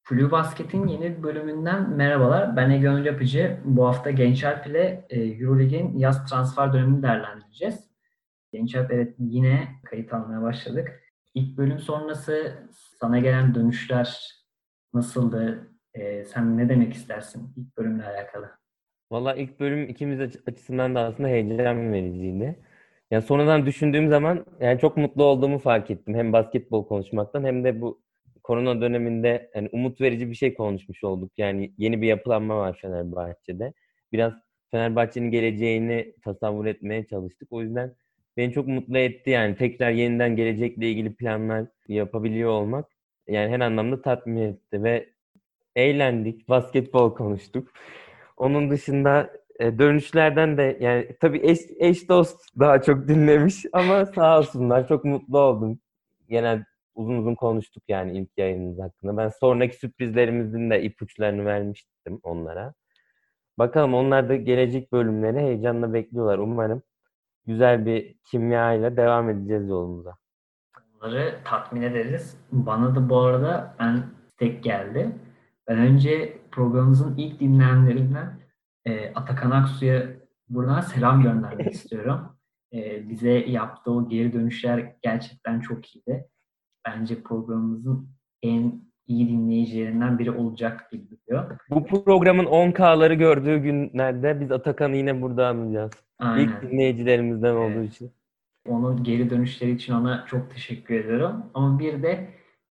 Flu Basket'in yeni bir bölümünden merhabalar. Ben Ege Onur Yapıcı. Bu hafta Gençalp ile Euroleague'in yaz transfer dönemini değerlendireceğiz. Gençalp evet yine kayıt almaya başladık. İlk bölüm sonrası sana gelen dönüşler nasıldı? Sen ne demek istersin ilk bölümle alakalı? Valla ilk bölüm ikimiz açısından da aslında heyecan vericiydi. Yani sonradan düşündüğüm zaman yani çok mutlu olduğumu fark ettim. Hem basketbol konuşmaktan hem de bu korona döneminde yani umut verici bir şey konuşmuş olduk. Yani yeni bir yapılanma var Fenerbahçe'de. Biraz Fenerbahçe'nin geleceğini tasavvur etmeye çalıştık. O yüzden beni çok mutlu etti yani tekrar yeniden gelecekle ilgili planlar yapabiliyor olmak yani her anlamda tatmin etti ve eğlendik, basketbol konuştuk. Onun dışında dönüşlerden de yani tabii eş dost daha çok dinlemiş ama sağ olsunlar çok mutlu oldum. Genel uzun uzun konuştuk yani ilk yayınımız hakkında. Ben sonraki sürprizlerimizin de ipuçlarını vermiştim onlara. Bakalım onlar da gelecek bölümleri heyecanla bekliyorlar. Umarım güzel bir kimya ile devam edeceğiz yolumuza. Onları tatmin ederiz. Bana da bu arada tek geldi. Ben önce programımızın ilk dinleyenlerinden Atakan Aksu'ya buradan selam göndermek istiyorum. Bize yaptığı o geri dönüşler gerçekten çok iyiydi. Bence programımızın en iyi dinleyicilerinden biri olacak gibi duruyor. Bu programın 10K'ları gördüğü günlerde biz Atakan'ı yine burada anacağız. İlk Aynen. dinleyicilerimizden olduğu Evet. için. Onun geri dönüşleri için ona çok teşekkür ediyorum. Ama bir de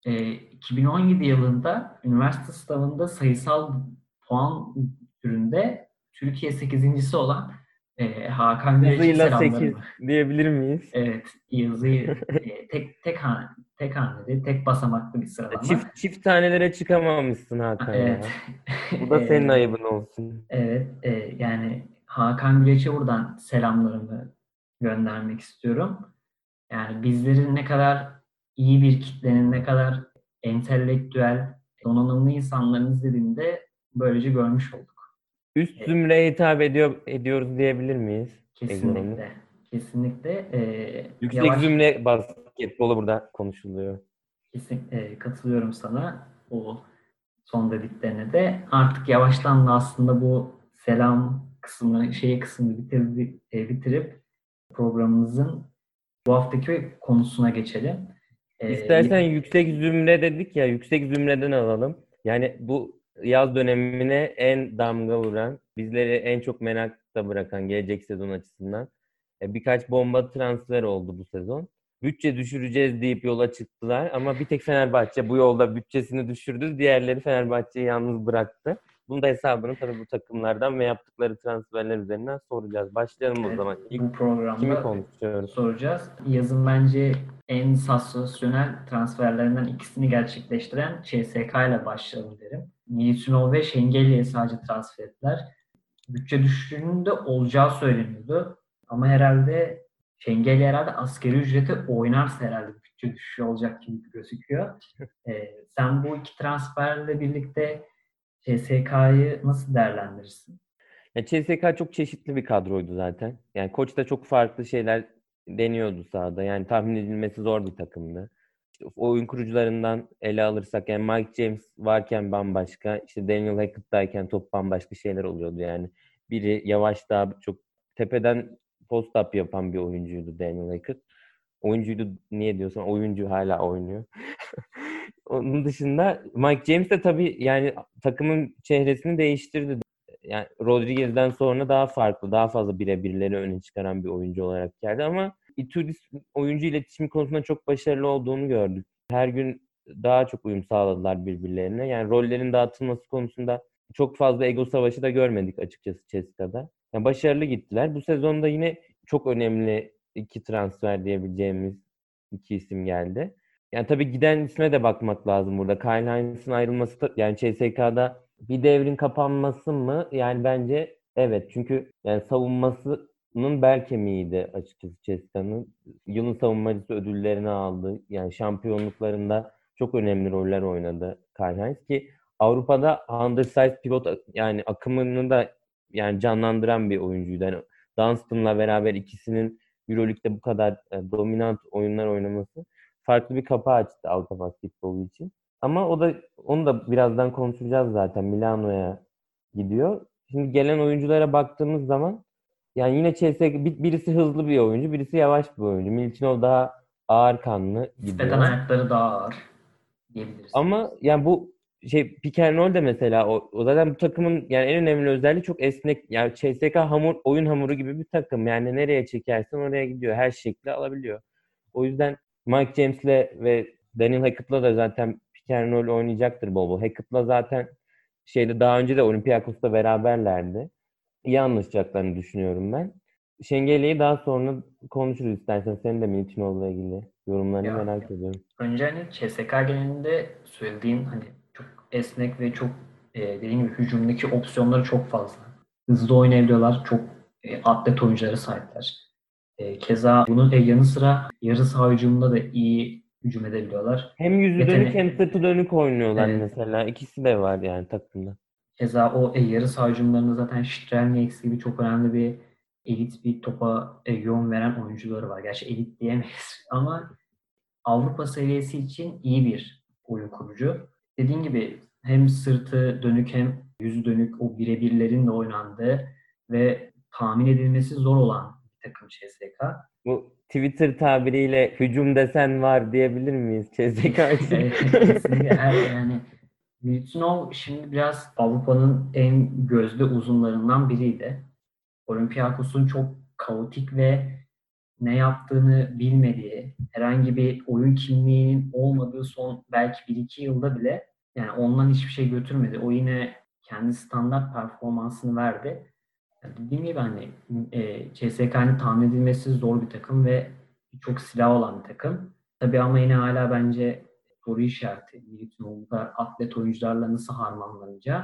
2017 yılında üniversite sınavında sayısal puan türünde Türkiye sekizincisi olan Hakan Güleç'e Hızıyla 8 selamlarımı. diyebilir miyiz? Evet, yazıyı tek haneli, tek basamaklı bir sıralama. Çift tanelere çıkamamışsın Hakan Evet. ya. Bu da senin ayıbın olsun. Evet, yani Hakan Güleç'e buradan selamlarımı göndermek istiyorum. Yani bizlerin ne kadar iyi bir kitlenin, ne kadar entelektüel, donanımlı insanların izlediğini de böylece görmüş olduk. Üst E, zümreye ediyoruz diyebilir miyiz? Ege Onur? kesinlikle, kesinlikle Yüksek yavaş, zümre basketbolu burada konuşuluyor. katılıyorum sana o son dediklerine de. Artık yavaştan da aslında bu selam kısmını, kısmını bitirip programımızın bu haftaki konusuna geçelim. İstersen yüksek zümre dedik ya, yüksek zümreden alalım. Yani bu yaz dönemine en damga vuran, bizleri en çok merakta bırakan gelecek sezon açısından birkaç bomba transfer oldu bu sezon. Bütçe düşüreceğiz deyip yola çıktılar ama bir tek Fenerbahçe bu yolda bütçesini düşürdü. Diğerleri Fenerbahçe'yi yalnız bıraktı. Bunun da hesabını tabii bu takımlardan ve yaptıkları transferler üzerinden soracağız. Başlayalım o Evet, zaman. İlk bu kimi programda konuşuyoruz? soracağız. Yazın bence en sansasyonel transferlerinden ikisini gerçekleştiren CSK ile başlayalım derim. Militinov ve Şengelli'ye sadece transfer ettiler. Bütçe düşüşünün de olacağı söyleniyordu. Ama herhalde Şengelli herhalde asgari ücreti oynarsa herhalde bütçe düşüşü olacak gibi gözüküyor. Sen bu iki transferle birlikte CSK'yı nasıl değerlendirirsin? Ya CSK çok çeşitli bir kadroydu zaten. Yani koç da çok farklı şeyler deniyordu sahada. Yani tahmin edilmesi zor bir takımdı. İşte oyun kurucularından ele alırsak yani Mike James varken bambaşka, işte Daniel Hackett'tayken top bambaşka şeyler oluyordu yani. Biri yavaş daha çok tepeden post-up yapan bir oyuncuydu Daniel Hackett. Oyuncuydu niye diyorsan oyuncu hala oynuyor. Onun dışında Mike James de tabii yani takımın çehresini değiştirdi. Yani Rodriguez'den sonra daha farklı, daha fazla birebirleri öne çıkaran bir oyuncu olarak geldi ama Itudis oyuncu iletişimi konusunda çok başarılı olduğunu gördük. Her gün daha çok uyum sağladılar birbirlerine. Yani rollerin dağıtılması konusunda çok fazla ego savaşı da görmedik açıkçası CSKA'da. Yani başarılı gittiler. Bu sezonda yine çok önemli iki transfer diyebileceğimiz iki isim geldi. Yani tabii giden isme de bakmak lazım burada. Kyle Hines'ın ayrılması yani CSK'da bir devrin kapanması mı? Yani bence evet. Çünkü yani savunmasının bel kemiğiydi açıkçası CSKA'nın. Yılın savunmacısı ödüllerini aldı. Yani şampiyonluklarında çok önemli roller oynadı Kyle Hines ki Avrupa'da undersized pivot yani akımını da yani canlandıran bir oyuncuydu. Yani Dunstan'la beraber ikisinin EuroLeague'de bu kadar dominant oyunlar oynaması farklı bir kapı açtı Avrupa basketbolu için. Ama o da onu da birazdan konuşacağız zaten. Milano'ya gidiyor. Şimdi gelen oyunculara baktığımız zaman yani yine CSK birisi hızlı bir oyuncu, birisi yavaş bir oyuncu. Miltinov daha ağır kanlı Nispeten gidiyor. ayakları daha ağır diyebiliriz. Ama yani bu pick and roll de mesela o zaten bu takımın yani en önemli özelliği çok esnek. Yani CSK oyun hamuru gibi bir takım. Yani nereye çekersen oraya gidiyor. Her şekli alabiliyor. O yüzden Mike James'le ve Daniel Hackett'la da zaten pick and roll oynayacaktır bol bol. Hackett'la zaten daha önce de Olympiakos'ta beraberlerdi. İyi anlaşacaklarını düşünüyorum ben. Şengeli'yi daha sonra konuşuruz istersen. Senin de Milutinov'la ilgili yorumlarını Ya merak ediyorum. önce hani CSK genelinde söylediğin hani çok esnek ve çok dediğim gibi hücumdaki opsiyonları çok fazla. Hızlı oynayabiliyorlar. Çok atlet oyunculara sahipler. Keza bunun yanı sıra yarı saha hücumunda da iyi hücum edebiliyorlar. Hem yüzü dönük Yetenek, hem sırtı dönük oynuyorlar evet. mesela. İkisi de var yani takımda. Keza o yarı saha hücumlarında zaten Strelnieks gibi çok önemli bir elit bir topa yön veren oyuncuları var. Gerçi elit diyemeyiz ama Avrupa seviyesi için iyi bir oyun kurucu. Dediğim gibi hem sırtı dönük hem yüzü dönük o birebirlerin de oynandığı ve tahmin edilmesi zor olan bir takım CSK. Bu Twitter tabiriyle hücum desen var diyebilir miyiz CSKA için? Kesinlikle yani Milutinov şimdi biraz Avrupa'nın en gözde uzunlarından biriydi. Olympiakos'un çok kaotik ve ne yaptığını bilmediği, herhangi bir oyun kimliğinin olmadığı son belki bir iki yılda bile yani ondan hiçbir şey götürmedi. O yine kendi standart performansını verdi. Yani dediğim gibi hani CSK'nın tahmin edilmesi zor bir takım ve çok silah olan bir takım. Tabii ama yine hala bence soru işareti. Militinov'da atlet oyuncularla nasıl harmanlanacağı.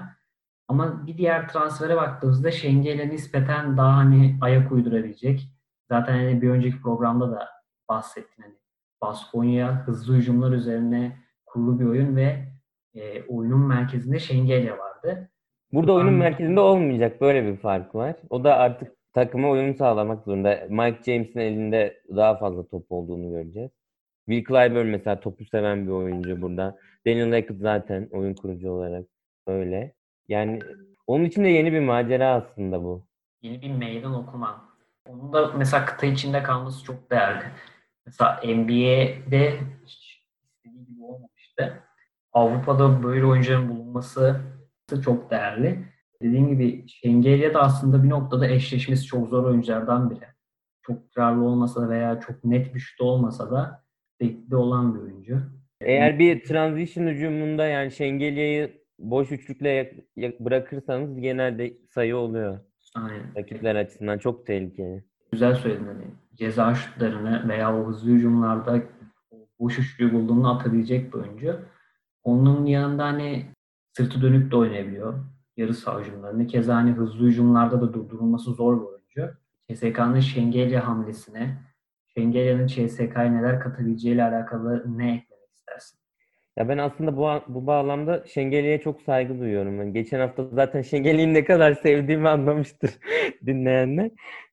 Ama bir diğer transfere baktığımızda Şengel'e nispeten daha hani ayak uydurabilecek. Zaten hani bir önceki programda da bahsettin hani Baskonya hızlı hücumlar üzerine kurulu bir oyun ve oyunun merkezinde Şengel'e vardı. Burada Şu oyunun an merkezinde olmayacak, böyle bir fark var. O da artık takıma uyum sağlamak zorunda. Mike James'in elinde daha fazla top olduğunu göreceğiz. Will Clyburn mesela topu seven bir oyuncu burada. Daniel Hackett zaten oyun kurucu olarak öyle. Yani onun için de yeni bir macera aslında bu. yeni bir meydan okuma. Onun da mesela kıta içinde kalması çok değerli. Mesela NBA'de hiç istediği gibi olmamıştı. Avrupa'da böyle oyuncuların bulunması çok değerli. Dediğim gibi Şengelya da aslında bir noktada eşleşmesi çok zor oyunculardan biri. Çok kararlı olmasa da veya çok net bir şut olmasa da tekli olan bir oyuncu. Eğer bir transition hücumunda yani Şengelya'yı boş üçlükle bırakırsanız genelde sayı oluyor. Aynen. Rakipler açısından çok tehlikeli. Güzel söyledin hani ceza şutlarını veya o hızlı hücumlarda boş üçlüyü bulduğunu atabilecek bir oyuncu. Onun yanında hani sırtı dönük de oynayabiliyor. Yarı saha hücumlarını. Keza hani hızlı hücumlarda da durdurulması zor bir oyuncu. CSK'nın Şengelya hamlesine, Şengelya'nın CSK'ya neler katabileceğiyle alakalı ne eklemek istersin? Ya ben aslında bu bağlamda Şengelya'ya çok saygı duyuyorum. Yani geçen hafta zaten Şengelya'yı ne kadar sevdiğimi anlamıştır dinleyenler.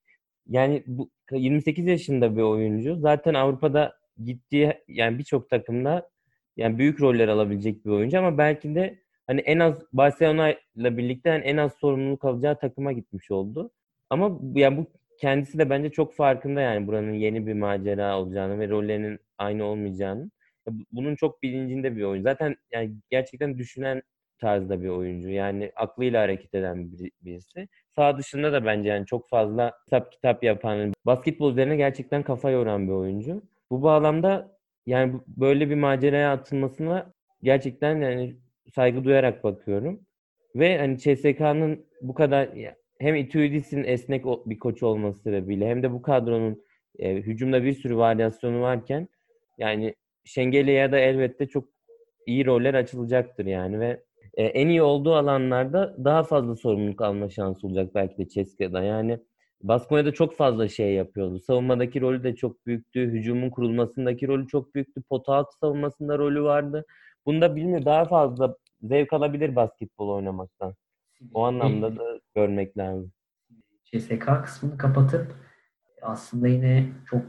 Yani bu 28 yaşında bir oyuncu. Zaten Avrupa'da gittiği yani birçok takımda yani büyük roller alabilecek bir oyuncu ama belki de hani en az Barcelona ile birlikte yani en az sorumluluk alacağı takıma gitmiş oldu. Ama yani bu kendisi de bence çok farkında yani buranın yeni bir macera olacağını ve rollerinin aynı olmayacağını. Bunun çok bilincinde bir oyuncu. Zaten yani gerçekten düşünen tarzda bir oyuncu. Yani aklıyla hareket eden birisi. Sağ dışında da bence yani çok fazla kitap yapan, basketbol üzerine gerçekten kafa yoran bir oyuncu. Bu bağlamda yani böyle bir maceraya atılmasına gerçekten yani saygı duyarak bakıyorum. Ve hani CSK'nın bu kadar hem Ituidis'in esnek bir koç olması sebebiyle hem de bu kadronun hücumda bir sürü varyasyonu varken yani Şengelya'ya da elbette çok iyi roller açılacaktır yani ve en iyi olduğu alanlarda daha fazla sorumluluk alma şansı olacak belki de Ceska'da. Yani Baskonya'da çok fazla şey yapıyordu. Savunmadaki rolü de çok büyüktü. Hücumun kurulmasındaki rolü çok büyüktü. Pota altı savunmasında rolü vardı. Bunda bilmiyorum daha fazla zevk alabilir basketbol oynamaktan. O anlamda da görmek lazım. CSK kısmını kapatıp aslında yine çok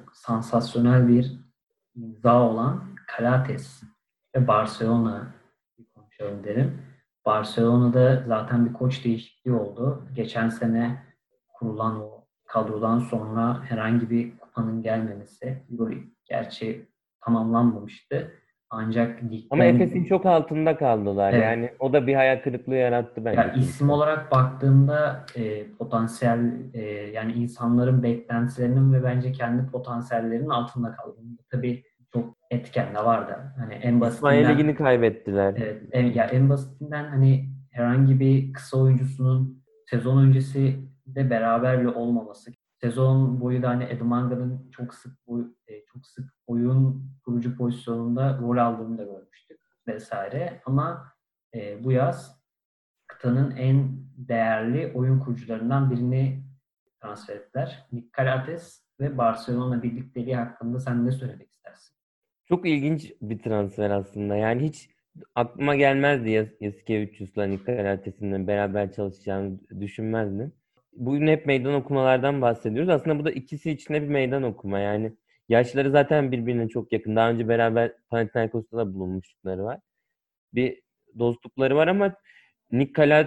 sansasyonel bir imza olan Calates ve Barcelona başlayalım derim. Barcelona'da zaten bir koç değişikliği oldu. Geçen sene kurulan o kadrodan sonra herhangi bir kupanın gelmemesi. Euroleague gerçi tamamlanmamıştı. Ancak Ama ligden, Efes'in çok altında kaldılar. evet, Yani o da bir hayal kırıklığı yarattı ya bence isim kulüpte. olarak baktığımda potansiyel, yani insanların beklentilerinin ve bence kendi potansiyellerinin altında kaldı. Tabii çok etken de vardı. Hani en İsmail basitinden, Ligi'ni kaybettiler. evet, ya en basitinden hani herhangi bir kısa oyuncusunun sezon öncesi de beraberle olmaması. Sezon boyu da hani Edmanga'nın çok sık oyun kurucu pozisyonunda rol aldığını da görmüştük vesaire. Ama bu yaz kıtanın en değerli oyun kurucularından birini transfer ettiler. Nick Calates ve Barcelona birlikteliği hakkında sen ne söylemek istersin? Çok ilginç bir transfer aslında. Yani hiç aklıma gelmezdi Yasikevicius'la Nikola Teslim'le beraber çalışacağını düşünmezdim. Bugün hep meydan okumalardan bahsediyoruz. Aslında bu da ikisi için de bir meydan okuma. Yani yaşları zaten birbirine çok yakın. Daha önce beraber Panathinaikos'ta da bulunmuşlukları var. Bir dostlukları var ama Nikola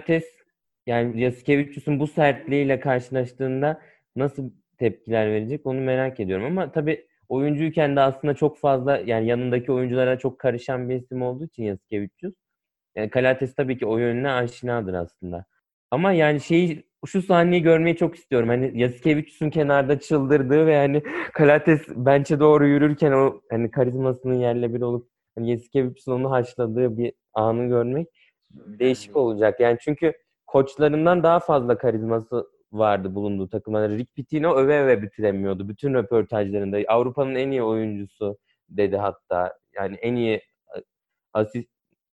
yani Yasikevicius'un bu sertliğiyle karşılaştığında nasıl tepkiler verecek onu merak ediyorum. Ama tabii oyuncuyken de aslında çok fazla yani yanındaki oyunculara çok karışan bir isim olduğu için Yasikevicius. Yani Kalates tabii ki o yönüne aşinadır aslında. Ama yani şu sahneyi görmeyi çok istiyorum. Hani Yasikevicius'un kenarda çıldırdığı ve hani Kalates bench'e doğru yürürken o hani karizmasının yerle bir olup hani Yasikevicius'un onu haşladığı bir anı görmek değişik Söylendi. olacak. Yani çünkü koçlarından daha fazla karizması vardı bulunduğu takımlarda. Rick Pitino öve öve bitiremiyordu. Bütün röportajlarında Avrupa'nın en iyi oyuncusu dedi hatta. Yani en iyi asist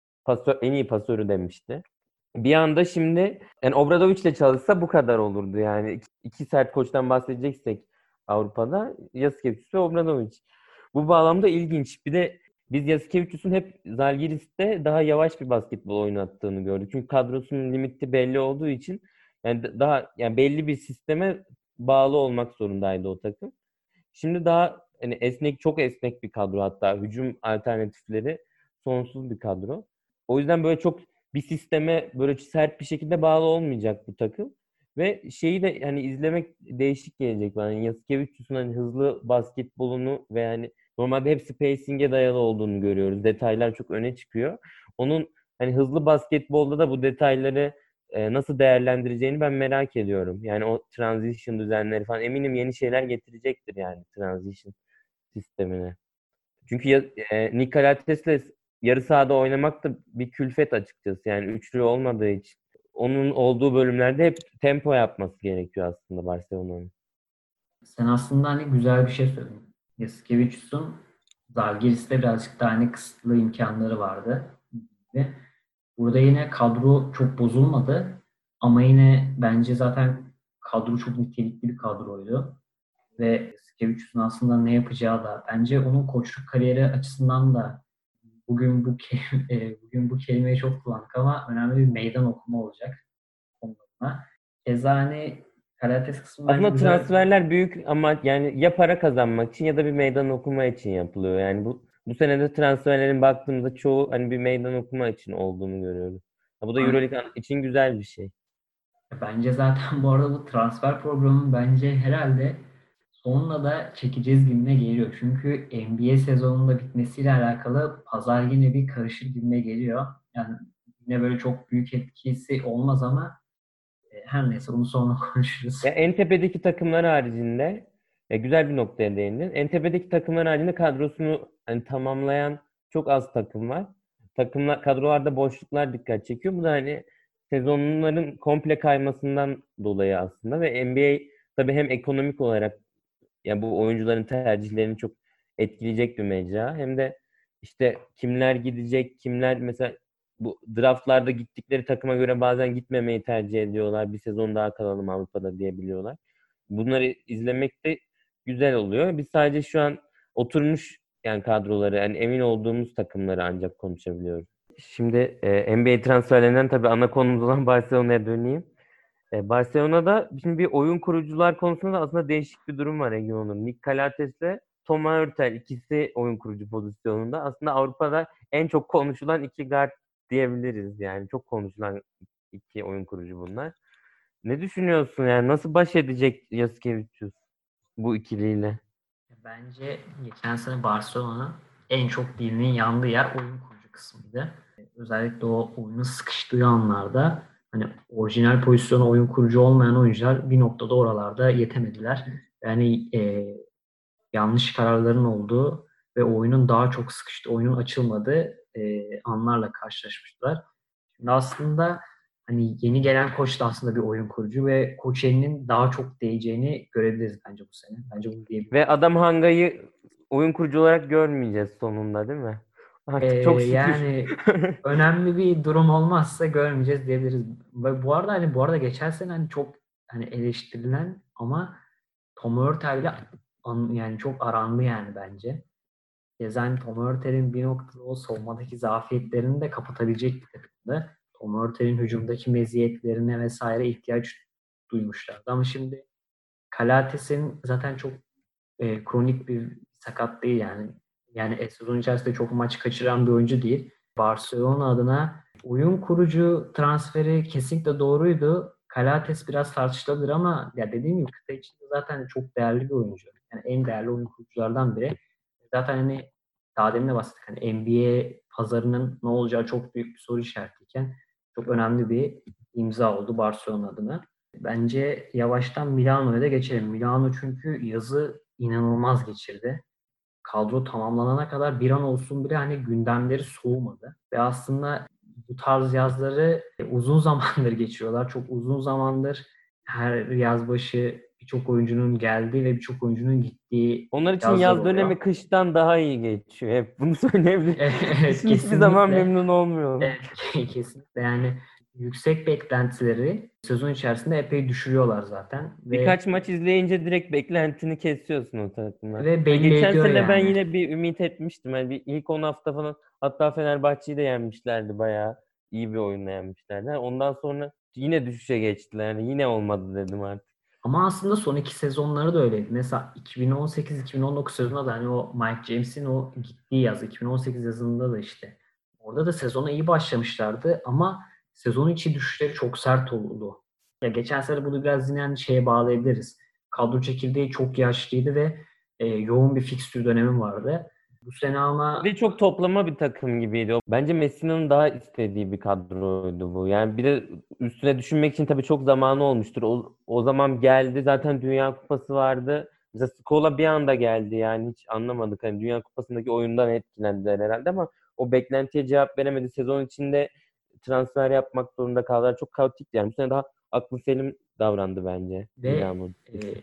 en iyi pasörü demişti. Bir anda şimdi yani Obradovic'le çalışsa bu kadar olurdu yani. İki sert koçtan bahsedeceksek Avrupa'da Yasikevicius ve Obradovic. Bu bağlamda ilginç. Bir de biz Yasikevicius'un hep Zalgiris'te daha yavaş bir basketbol oynattığını gördük. Çünkü kadrosunun limiti belli olduğu için yani daha yani belli bir sisteme bağlı olmak zorundaydı o takım. Şimdi daha hani çok esnek bir kadro hatta hücum alternatifleri sonsuz bir kadro. O yüzden böyle çok bir sisteme böyle sert bir şekilde bağlı olmayacak bu takım. Ve şeyi de hani izlemek değişik gelecek bana. Yani Yasikevicius'un hani hızlı basketbolunu ve hani normalde hep spacing'e dayalı olduğunu görüyoruz. Detaylar çok öne çıkıyor. Onun hani hızlı basketbolda da bu detayları nasıl değerlendireceğini ben merak ediyorum. Yani o transition düzenleri falan eminim yeni şeyler getirecektir yani transition sistemine. Çünkü Nikola Tesla yarı sahada oynamak da bir külfet açıkçası. Yani üçlü olmadığı için. Onun olduğu bölümlerde hep tempo yapması gerekiyor aslında Barcelona'nın. Sen aslında hani güzel bir şey söyledin. Yasikevicius'un Zalgiris'te birazcık daha hani kısıtlı imkanları vardı. Ve burada yine kadro çok bozulmadı. Ama yine bence zaten kadro çok nitelikli bir kadroydu. Ve Yasikevicius'un aslında ne yapacağı da bence onun koçluk kariyeri açısından da bugün bu kelimeyi çok kullandık ama önemli bir meydan okuma olacak onunla. Keza hani Karates kısmı bence Aslında güzel. transferler büyük ama yani ya para kazanmak için ya da bir meydan okuma için yapılıyor. Yani bu senede transferlerin baktığımızda çoğu hani bir meydan okuma için olduğunu görüyoruz. Bu da EuroLeague için güzel bir şey. Bence zaten bu arada bu transfer programı bence herhalde sonuna da çekeceğiz gibime geliyor. Çünkü NBA sezonunda bitmesiyle alakalı pazar yine bir karışır gibime geliyor. Yani yine böyle çok büyük etkisi olmaz ama her neyse bunu sonra konuşuruz. Ya en tepedeki takımlar haricinde güzel bir noktaya değindin. En tepedeki takımlar haricinde kadrosunu hani tamamlayan çok az takım var. Kadrolarda boşluklar dikkat çekiyor. Bu da hani sezonların komple kaymasından dolayı aslında ve NBA tabii hem ekonomik olarak yani bu oyuncuların tercihlerini çok etkileyecek bir mecra. Hem de işte kimler gidecek, kimler mesela bu draftlarda gittikleri takıma göre bazen gitmemeyi tercih ediyorlar. Bir sezon daha kalalım Avrupa'da diyebiliyorlar. Bunları izlemek de güzel oluyor. Biz sadece şu an oturmuş yani kadroları, yani emin olduğumuz takımları ancak konuşabiliyoruz. Şimdi NBA transferlerinden tabii ana konumuz olan Barcelona'ya döneyim. Barcelona'da şimdi bir oyun kurucular konusunda da aslında değişik bir durum var Ege Onur. Nick Calates'le Thomas Hurtel ikisi oyun kurucu pozisyonunda. Aslında Avrupa'da en çok konuşulan iki guard diyebiliriz yani. Çok konuşulan iki oyun kurucu bunlar. Ne düşünüyorsun yani? Nasıl baş edecek Yasikevicius bu ikiliyle? Bence geçen sene Barcelona'nın en çok dilinin yandığı yer oyun kurucu kısmıydı. Özellikle o oyunun sıkıştığı anlarda hani orijinal pozisyona oyun kurucu olmayan oyuncular bir noktada oralarda yetemediler. Yani yanlış kararların olduğu ve oyunun daha çok sıkıştığı, oyunun açılmadığı anlarla karşılaşmışlar. Şimdi aslında hani yeni gelen koç da aslında bir oyun kurucu ve koç elinin daha çok değeceğini görebiliriz bence bu sene. Bence bunu Ve diyebiliriz. Adam Hanga'yı oyun kurucu olarak görmeyeceğiz sonunda, değil mi? Ee, Artık çok şükür. yani önemli bir durum olmazsa görmeyeceğiz diyebiliriz. Ve bu arada hani bu arada geçen sene hani çok hani eleştirilen ama Tom Hurtel'le yani çok arandı yani bence. Gezen Tom Hurtel'in bir noktada o savunmadaki zafiyetlerini de kapatabilecek bir takımdı. Tom Hurtel'in hücumdaki meziyetlerine vesaire ihtiyaç duymuşlardı. Ama şimdi Calates'in zaten çok kronik bir sakat değil yani. Yani sezon içerisinde çok maç kaçıran bir oyuncu değil. Barcelona adına oyun kurucu transferi kesinlikle doğruydu. Calates biraz tartışılabilir ama ya dediğim gibi kıta içinde zaten çok değerli bir oyuncu. Yani en değerli oyun kuruculardan biri. Zaten hani daha demin de bahsettik. Hani NBA pazarının ne olacağı çok büyük bir soru işaretiyken çok önemli bir imza oldu Barcelona adına. Bence yavaştan Milano'ya da geçelim. Milano çünkü yazı inanılmaz geçirdi. Kadro tamamlanana kadar bir an olsun bile hani gündemleri soğumadı. Ve aslında bu tarz yazları uzun zamandır geçiriyorlar. Çok uzun zamandır her yaz başı birçok oyuncunun geldiği ve birçok oyuncunun gittiği Onlar için yazlar yaz oluyor. dönemi kıştan daha iyi geçiyor. Hep bunu söyleyebilirim. Evet, Kışın hiçbir zaman kesinlikle. memnun olmuyorlar. Evet, kesinlikle yani yüksek beklentileri sezon içerisinde epey düşürüyorlar zaten Birkaç maç izleyince direkt beklentini kesiyorsun o takımdan. ve Yani belli geçen ediyor sene ben yani. yine bir ümit etmiştim. Yani bir ilk 10 hafta falan, hatta Fenerbahçe'yi de yenmişlerdi bayağı. İyi bir oyunla yenmişlerdi. Yani ondan sonra yine düşüşe geçtiler. Yani yine olmadı dedim artık. Ama aslında son iki sezonları da öyleydi. Mesela 2018-2019 sezonunda da hani o Mike James'in o gittiği yaz 2018 yazında da işte orada da sezona iyi başlamışlardı ama sezon içi düşüşleri çok sert oldu. Ya geçen sene bunu biraz yine hani şeye bağlayabiliriz. Kadro çekirdeği çok yaşlıydı ve yoğun bir fikstür dönemi vardı. Bu sene ama Ve çok toplama bir takım gibiydi. Bence Messi'nin daha istediği bir kadroydu bu. Yani bir de üstüne düşünmek için tabii çok zamanı olmuştur. O zaman geldi. Zaten Dünya Kupası vardı. Mesela Scola bir anda geldi. Yani hiç anlamadık. Hani Dünya Kupası'ndaki oyundan etkilendiler herhalde ama o beklentiye cevap veremedi. Sezon içinde transfer yapmak zorunda kaldılar. Çok kaotikti yani. Bu sene daha aklı selim davrandı bence ve Milano.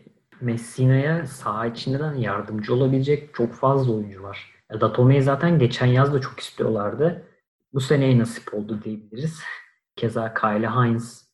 Messina'ya saha içinden yardımcı olabilecek çok fazla oyuncu var. Datome'yi zaten geçen yaz da çok istiyorlardı. Bu seneye nasip oldu diyebiliriz. Keza Kyle Hines,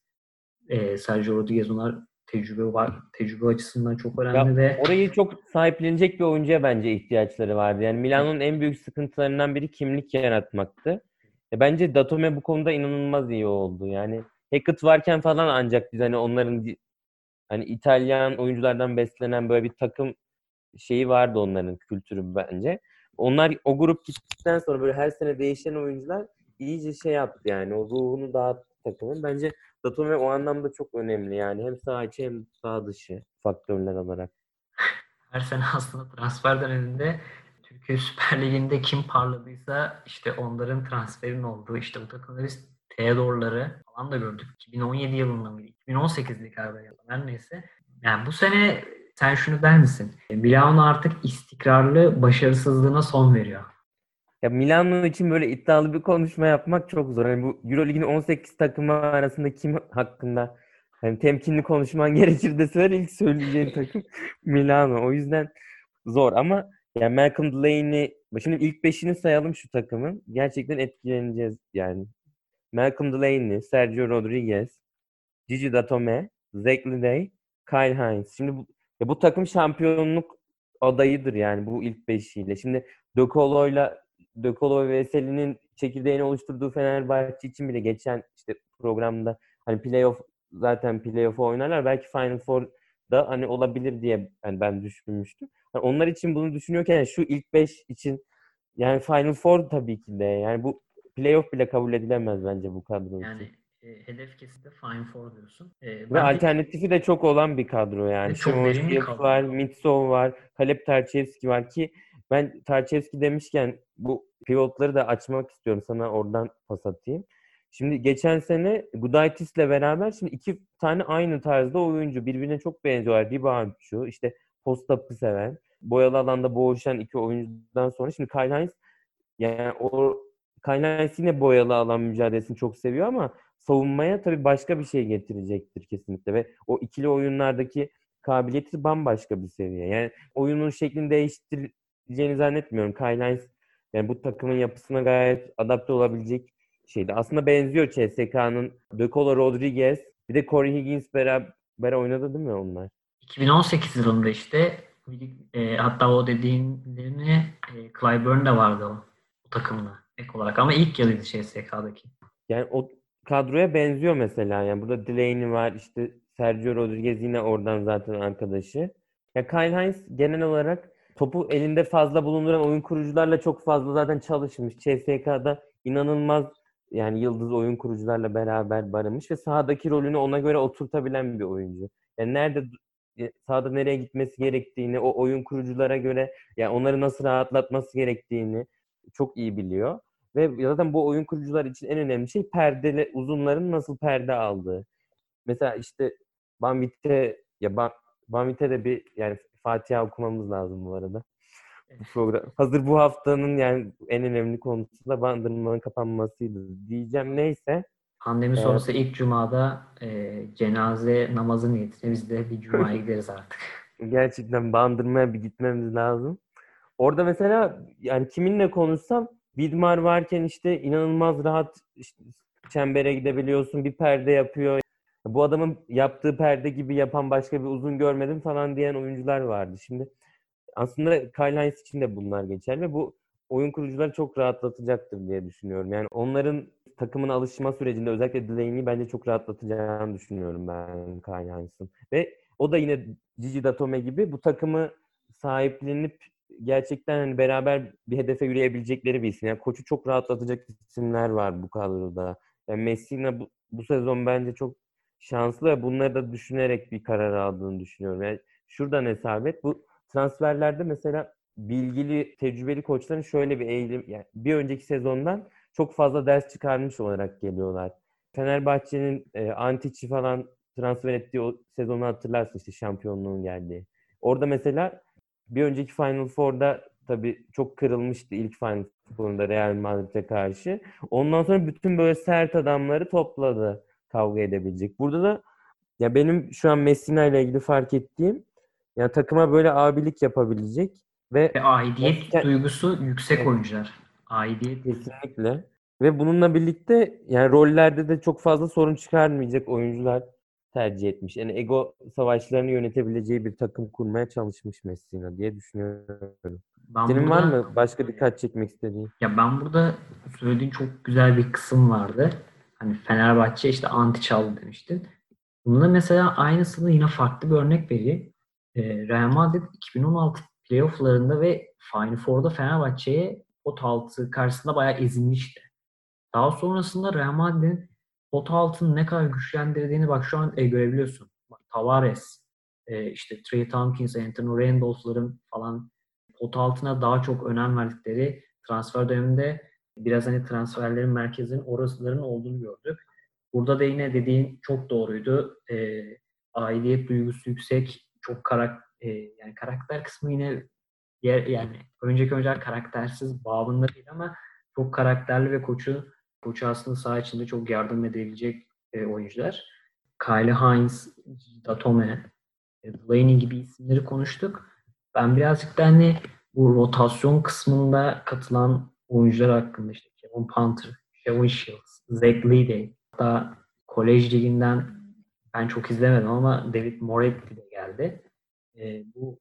Sergio Rodriguez onlar tecrübe var. Tecrübe açısından çok önemli Ya ve orayı çok sahiplenecek bir oyuncuya bence ihtiyaçları vardı. Yani e, Milano'nun en büyük sıkıntılarından biri kimlik yaratmaktı. Bence Datome bu konuda inanılmaz iyi oldu. Yani Hackett varken falan ancak biz hani onların hani İtalyan oyunculardan beslenen böyle bir takım şeyi vardı, onların kültürü bence. Onlar o grup gittikten sonra böyle her sene değişen oyuncular iyice şey yaptı yani o ruhunu dağıttı takımın. Bence Datome o anlamda çok önemli yani hem saha içi hem saha dışı faktörler olarak. her sene aslında transfer döneminde Türkiye Süper Ligi'nde kim parladıysa işte onların transferin olduğu işte bu takımları biz Theodore'ları falan da gördük. 2017 yılında mıydı? 2018'di galiba ya. Her neyse. Yani bu sene sen şunu der misin? Milano artık istikrarlı başarısızlığına son veriyor. Ya Milano için böyle iddialı bir konuşma yapmak çok zor. Hani bu Euroleague'in 18 takımı arasında kim hakkında hani temkinli konuşman gerekir deseler ilk söyleyeceğin takım Milano. O yüzden zor ama ya Malcolm Delaney, şimdi ilk beşini sayalım şu takımın. Gerçekten etkileneceğiz yani. Malcolm Delaney, Sergio Rodriguez, Gigi Datome, Zach Lidey, Kyle Hines. Şimdi bu takım şampiyonluk adayıdır yani bu ilk beşiyle. Şimdi De Colo ve Veseli'nin çekirdeğini oluşturduğu Fenerbahçe için bile geçen işte programda hani playoff'u oynarlar. Belki Final Four'da hani olabilir diye yani ben düşünmüştüm. Yani onlar için bunu düşünüyorken şu ilk beş için yani Final Four tabii ki de yani bu playoff bile kabul edilemez bence bu kadro için. Yani hedef kesinlikle Final Four diyorsun. Ve Ben peki alternatifi de çok olan bir kadro yani. çok Shimon verimli Shields kadro. var, Mitsov var, Kaleb Tarçevski var ki ben Tarçevski demişken bu pivotları da açmak istiyorum. Sana oradan pas atayım. Şimdi geçen sene Gudaitis'le beraber şimdi iki tane aynı tarzda oyuncu. Birbirine çok benziyorlar. Reboundçu, işte post-up'ı seven, boyalı alanda boğuşan iki oyuncudan sonra şimdi Kyle Hines yani o Kyle Hines yine boyalı alan mücadelesini çok seviyor ama savunmaya tabii başka bir şey getirecektir kesinlikle ve o ikili oyunlardaki kabiliyeti bambaşka bir seviye. Yani oyunun şeklini değiştireceğini zannetmiyorum. Kyle Hines yani bu takımın yapısına gayet adapte olabilecek şeydi. Aslında benziyor CSK'nın De Colo Rodriguez bir de Corey Higgins beraber oynadı değil mi onlar? 2018 yılında işte hatta o dediğinlerini Clyburn de vardı o takımda ek olarak ama ilk yılıydı SK'daki. Yani o kadroya benziyor mesela. Yani burada Delaney var, işte Sergio Rodriguez yine oradan zaten arkadaşı. Ya Kyle Hines genel olarak topu elinde fazla bulunduran oyun kurucularla çok fazla zaten çalışmış. CSK'da inanılmaz yani yıldız oyun kurucularla beraber barınmış ve sahadaki rolünü ona göre oturtabilen bir oyuncu. Yani sahada nereye gitmesi gerektiğini, o oyun kuruculara göre yani onları nasıl rahatlatması gerektiğini çok iyi biliyor. Ve zaten bu oyun kurucular için en önemli şey perdeli uzunların nasıl perde aldığı. Mesela işte Banvit'e de bir yani Fatiha okumamız lazım bu arada. Bu program. Hazır bu haftanın yani en önemli konusu da Bandırma'nın kapanmasıydı diyeceğim. Neyse. Pandemi E, sonrası ilk cumada cenaze namazı niyetine biz de bir cumaya gideriz artık. Gerçekten Bandırma'ya bir gitmemiz lazım. Orada mesela yani kiminle konuşsam Vidmar varken işte inanılmaz rahat işte çembere gidebiliyorsun. Bir perde yapıyor. Bu adamın yaptığı perde gibi yapan başka bir uzun görmedim falan diyen oyuncular vardı. Şimdi aslında Kyle Hines için de bunlar geçerli ve bu oyun kurucuları çok rahatlatacaktır diye düşünüyorum. Yani onların takımın alışma sürecinde özellikle Delaney'i bence çok rahatlatacağını düşünüyorum ben Kyle Hines'ın. Ve o da yine Gigi Datome gibi bu takımı sahiplenip gerçekten hani beraber bir hedefe yürüyebilecekleri bir isim. Yani koçu çok rahatlatacak isimler var bu kadroda. Yani Messina bu sezon bence çok şanslı ve bunları da düşünerek bir karar aldığını düşünüyorum. Yani şuradan hesap et. Bu transferlerde mesela bilgili, tecrübeli koçların şöyle bir eğilim, yani bir önceki sezondan çok fazla ders çıkarmış olarak geliyorlar. Fenerbahçe'nin Antic'i falan transfer ettiği o sezonu hatırlarsın işte şampiyonluğun geldiği. Orada mesela bir önceki Final Four'da tabii çok kırılmıştı ilk Final Four'unda Real Madrid'e karşı. Ondan sonra bütün böyle sert adamları topladı kavga edebilecek. Burada da ya benim şu an Messina ile ilgili fark ettiğim yani takıma böyle abilik yapabilecek Ve ve aidiyet gerçekten duygusu yüksek evet, oyuncular. Aidiyet kesinlikle ve bununla birlikte yani rollerde de çok fazla sorun çıkarmayacak oyuncular tercih etmiş. Yani ego savaşlarını yönetebileceği bir takım kurmaya çalışmış Messina diye düşünüyorum. ben Senin var burada mı başka dikkat çekmek istediğin? ben burada söylediğin çok güzel bir kısım vardı. Hani Fenerbahçe işte anti çaldı demiştin. Bunda mesela aynısını yine farklı bir örnek vereyim. Real Madrid 2016 playofflarında ve Final Four'da Fenerbahçe'ye pot altı karşısında bayağı ezilmişti. Daha sonrasında Real Madrid'in pot altını ne kadar güçlendirdiğini bak şu an görebiliyorsun. Bak, Tavares, işte Trey Tompkins, Anthony Randolph'ların falan pot altına daha çok önem verdikleri transfer döneminde biraz hani transferlerin merkezinin orasıların olduğunu gördük. Burada da yine dediğin çok doğruydu. Aidiyet duygusu yüksek, çok yani karakter kısmı yine yani önceki oyuncular karaktersiz babında değil ama çok karakterli ve koçu aslında saha içinde çok yardım edebilecek oyuncular. Kyle Hines, Datome, Delaney gibi isimleri konuştuk. Ben birazcık da hani bu rotasyon kısmında katılan oyuncular hakkında işte Kevin Panther, Kevin Shields, Zach Leday, hatta Kolej Ligi'nden ben çok izlemedim ama David Moretti de geldi. Bu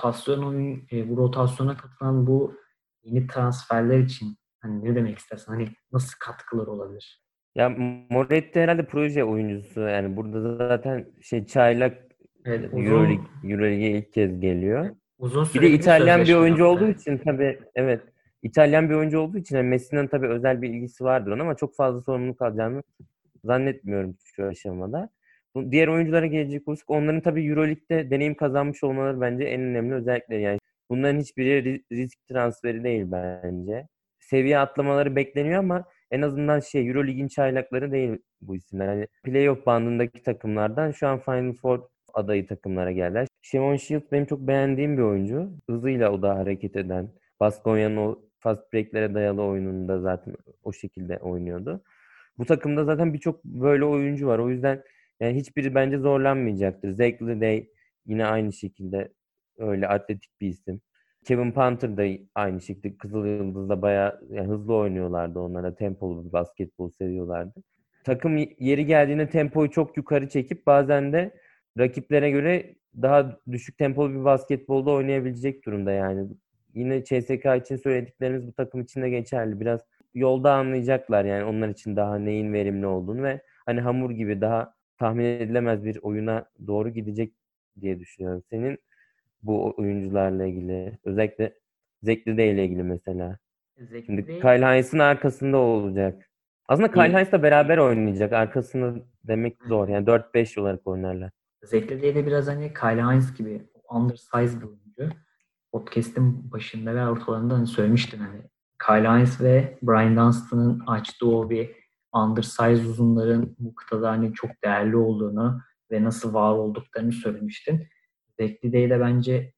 bu rotasyona katılan bu yeni transferler için hani ne demek istersen hani nasıl katkılar olabilir? Ya Moretti herhalde proje oyuncusu yani burada zaten şey çaylak Evet, Euroleague'e ilk kez geliyor. uzun Bir de süreli bir İtalyan bir sözleşme oyuncu olduğu yaptı. için tabii evet. İtalyan bir oyuncu olduğu için yani Messi'nin tabii özel bir ilgisi vardır ona ama çok fazla sorumluluk alacağını zannetmiyorum şu aşamada. Diğer oyunculara gelecek olursak onların tabii Euroleague'de deneyim kazanmış olmaları bence en önemli özellikleri. Yani bunların hiçbiri risk transferi değil bence. Seviye atlamaları bekleniyor ama en azından Euroleague'in çaylakları değil bu isimler. Hani playoff bandındaki takımlardan şu an Final Four adayı takımlara geldiler. Shimon Shields benim çok beğendiğim bir oyuncu. Hızıyla o da hareket eden. Baskonya'nın o fast break'lere dayalı oyununda zaten o şekilde oynuyordu. Bu takımda zaten birçok böyle oyuncu var. O yüzden yani hiçbiri bence zorlanmayacaktır. Zekli de yine aynı şekilde öyle atletik bir isim. Kevin Panther da aynı şekilde Kızıl Yıldız'da bayağı yani hızlı oynuyorlardı onlara. Tempolu bir basketbol seviyorlardı. Takım yeri geldiğinde tempoyu çok yukarı çekip bazen de rakiplere göre daha düşük tempolu bir basketbolda oynayabilecek durumda yani. Yine CSK için söylediklerimiz bu takım için de geçerli. Biraz yolda anlayacaklar yani onlar için daha neyin verimli olduğunu ve hani hamur gibi daha tahmin edilemez bir oyuna doğru gidecek diye düşünüyorum. Senin bu oyuncularla ilgili özellikle Zekli ile ilgili mesela. Zekli Şimdi Bey Kyle Hines'ın arkasında o olacak. Aslında Kyle Hines'la beraber oynayacak. Arkasında demek zor. Yani 4-5 olarak oynarlar. Zekli Bey de biraz hani Kyle Hines gibi undersized bir oyuncu. Podcast'in başında ve ortalarında hani söylemiştim hani Kyle Hines ve Brian Dunstan'ın açtığı o bir undersize uzunların bu kıtada hani çok değerli olduğunu ve nasıl var olduklarını söylemiştin. Zekli Day de bence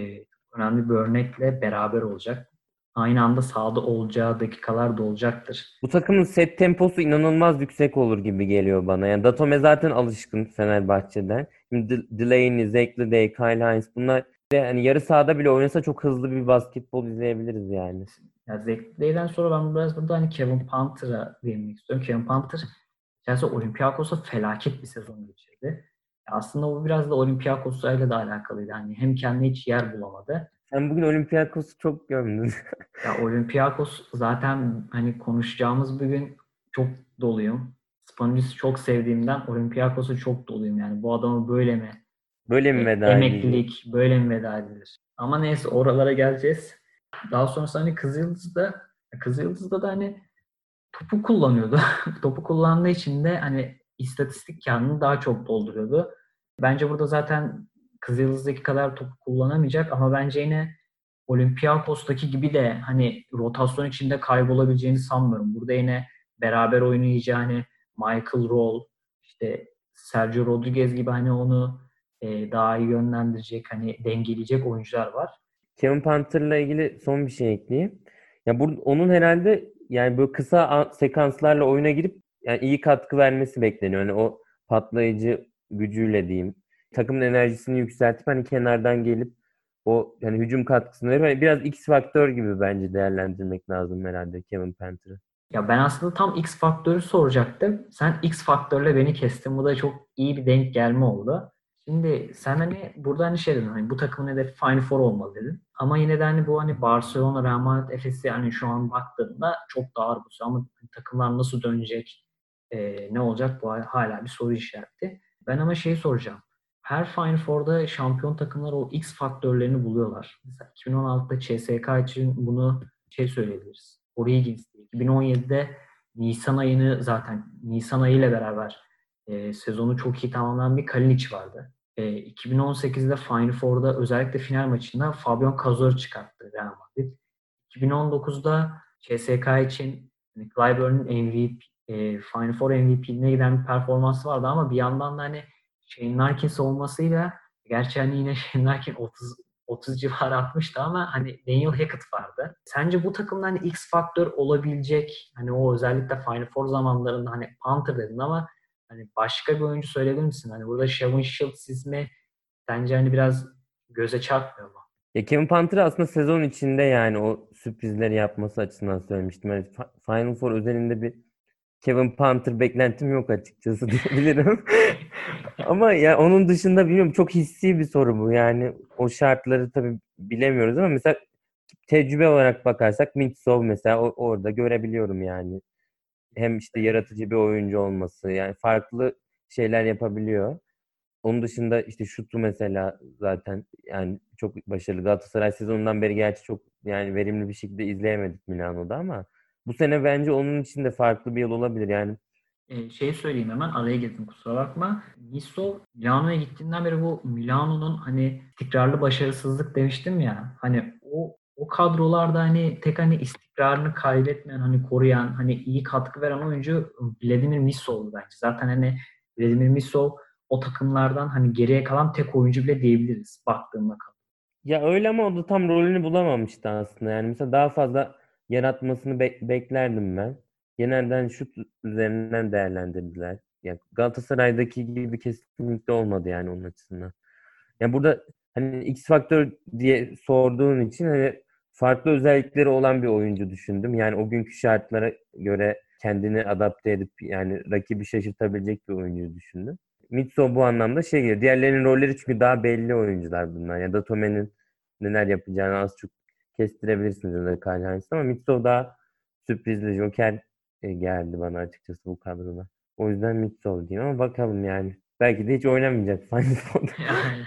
önemli bir örnekle beraber olacak. Aynı anda sahada olacağı dakikalar da olacaktır. Bu takımın set temposu inanılmaz yüksek olur gibi geliyor bana. Yani Datome zaten alışkın Fenerbahçe'den. Şimdi Delaney, Zekli Day, Kyle Hines bunlar de hani yarı sahada bile oynasa çok hızlı bir basketbol izleyebiliriz yani. Ya Zekli Day'den sonra ben biraz burada hani Kevin Panther'a değinmek istiyorum. Kevin Panther içerisinde Olympiakos'a felaket bir sezon geçirdi. Ya aslında bu biraz da Olympiakos'la da alakalıydı. Hani hem kendine hiç yer bulamadı. Sen bugün Olympiakos'u çok gömdün. Ya Olympiakos zaten hani konuşacağımız bugün çok doluyum. Spanulis'i çok sevdiğimden Olympiakos'a çok doluyum. Yani bu adamı böyle mi? Böyle mi veda edeceğiz? Emeklilik böyle mi veda edilir? Ama neyse oralara geleceğiz. Daha sonrasında hani Kızılyıldız'da da hani topu kullanıyordu. Topu kullandığı için de hani istatistik kağıdını daha çok dolduruyordu. Bence burada zaten Kızılyıldız'daki kadar topu kullanamayacak ama bence yine Olympiakos'taki gibi de hani rotasyon içinde kaybolabileceğini sanmıyorum. Burada yine beraber oynayacağını Michael Roll, işte Sergio Rodriguez gibi hani onu daha iyi yönlendirecek, hani dengeleyecek oyuncular var. Kevin Panther'la ilgili son bir şey ekleyeyim. Ya onun herhalde yani böyle kısa sekanslarla oyuna girip yani iyi katkı vermesi bekleniyor. Yani o patlayıcı gücüyle diyeyim. Takımın enerjisini yükseltip hani kenardan gelip o yani hücum katkısını verip hani biraz X faktör gibi bence değerlendirmek lazım herhalde Kevin Panther'ı. Ya ben aslında tam X faktörü soracaktım. Sen X faktörle beni kestin. Bu da çok iyi bir denk gelme oldu. Şimdi sen hani burada hani şey dedin hani bu takımın hedefi Final Four olmalı dedin. Ama yine de hani bu hani Barcelona, Real Madrid, Efes'i hani şu an baktığında çok daha ağır basıyor. Ama takımlar nasıl dönecek, ne olacak bu hala bir soru işareti. Ben ama şeyi soracağım. Her Final Four'da şampiyon takımlar o X faktörlerini buluyorlar. Mesela 2016'da CSKA için bunu şey söyleyebiliriz. Origi 2017'de Nisan ayı ile beraber sezonu çok iyi tamamlayan bir Kalinic vardı. 2018'de Final Four'da özellikle final maçında Fabian Cazor'u çıkarttı Real Madrid. 2019'da CSKA için hani Clyburn'un MVP, Final Four MVP'liğine giden bir performansı vardı ama bir yandan da hani Shane Larkin savunmasıyla gerçi hani yine Shane Larkin 30 civarı atmıştı ama hani Daniel Hackett vardı. Sence bu takımda hani X faktör olabilecek hani o özellikle Final Four zamanlarında hani Panther dedin ama hani başka bir oyuncu söyleyebilir misin? Hani burada Shavon Shields ismi sence hani biraz göze çarpmıyor mu? Ya Kevin Panther aslında sezon içinde yani o sürprizleri yapması açısından söylemiştim. Yani Final Four özelinde bir Kevin Panther beklentim yok açıkçası diyebilirim. Ama ya onun dışında bilmiyorum çok hissi bir soru bu. Yani o şartları tabii bilemiyoruz ama mesela tecrübe olarak bakarsak Mitsov mesela orada görebiliyorum yani. Hem işte yaratıcı bir oyuncu olması yani farklı şeyler yapabiliyor. Onun dışında işte şutu mesela zaten yani çok başarılı. Galatasaray sezonundan beri gerçi çok yani verimli bir şekilde izleyemedik Milano'da ama bu sene bence onun için de farklı bir yıl olabilir. Yani Şey söyleyeyim, hemen araya girdim, kusura bakma. Niso Milano'ya gittiğinden beri bu Milano'nun hani istikrarlı başarısızlık demiştim ya. Hani o kadrolarda hani tek hani istikrarını kaybetmeyen, hani koruyan, hani iyi katkı veren oyuncu Vladimir Misov'du bence. Zaten hani Vladimir Misov o takımlardan hani geriye kalan tek oyuncu bile diyebiliriz baktığımda. ya öyle ama o da tam rolünü bulamamıştı aslında. Yani mesela daha fazla yaratmasını beklerdim ben. Genelden şut üzerinden değerlendirdiler. Ya Galatasaray'daki gibi kesinlikle olmadı yani onun açısından. Ya burada hani X faktör diye sorduğun için hani farklı özellikleri olan bir oyuncu düşündüm. Yani o günkü şartlara göre kendini adapte edip yani rakibi şaşırtabilecek bir oyuncu düşündüm. Mitso bu anlamda şey geliyor. Diğerlerinin rolleri çünkü daha belli oyuncular bunlar. Ya da Tome'nin neler yapacağını az çok kestirebilirsiniz ya da Karl-Heinz ama Mitso daha sürprizli Joker geldi bana açıkçası bu kadroda. O yüzden Mitso diyeyim ama bakalım yani. Belki de hiç oynamayacak Final Four'da. Yani,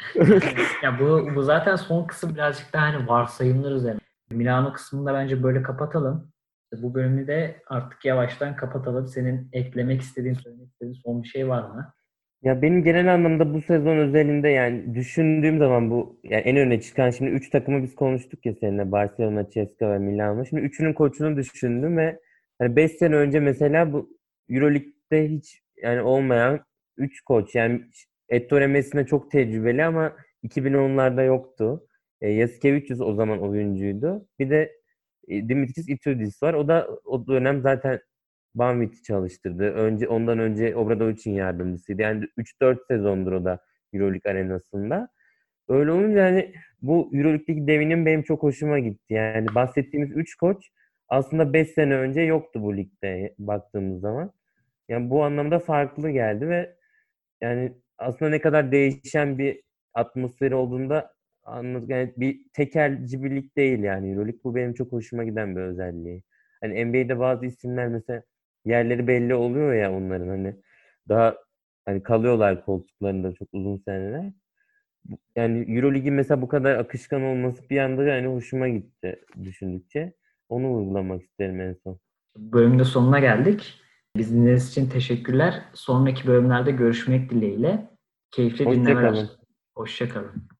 ya bu zaten son kısım birazcık daha hani varsayımlar üzerine. Milano kısmını da bence böyle kapatalım. Bu bölümü de artık yavaştan kapatalım. Senin eklemek istediğin, söylemek istediğin son bir şey var mı? Ya benim genel anlamda bu sezon özelinde yani düşündüğüm zaman bu yani en öne çıkan şimdi 3 takımı biz konuştuk ya seninle Barcelona, CSKA ve Milano. Şimdi üçünün koçunu düşündüm ve hani 5 sene önce mesela bu EuroLeague'de hiç yani olmayan 3 koç yani Ettore Messina çok tecrübeli ama 2010'larda yoktu. Jasikevicius o zaman oyuncuydu. Bir de Dimitris Itoudis var. O da o dönem zaten Banvit'i çalıştırdı. Ondan önce Obradovic'in yardımcısıydı. Yani 3-4 sezondur o da EuroLeague arenasında. Öyle olunca yani bu EuroLeague'deki devinim benim çok hoşuma gitti. Yani bahsettiğimiz 3 koç aslında 5 sene önce yoktu bu ligde baktığımız zaman. Yani bu anlamda farklı geldi ve yani aslında ne kadar değişen bir atmosferi olduğunda anladık. Yani bir tekelci bir lig değil yani EuroLeague. Bu benim çok hoşuma giden bir özelliği. Hani NBA'de bazı isimler mesela yerleri belli oluyor ya onların hani daha hani kalıyorlar koltuklarında çok uzun seneler. Yani EuroLeague'in mesela bu kadar akışkan olması bir anda yani hoşuma gitti düşündükçe. Onu uygulamak isterim en son. Bölümün de sonuna geldik. Bizi dinlediğiniz için teşekkürler. Sonraki bölümlerde görüşmek dileğiyle. Keyifli Hoşça dinlemeler. kalın. Hoşça kalın.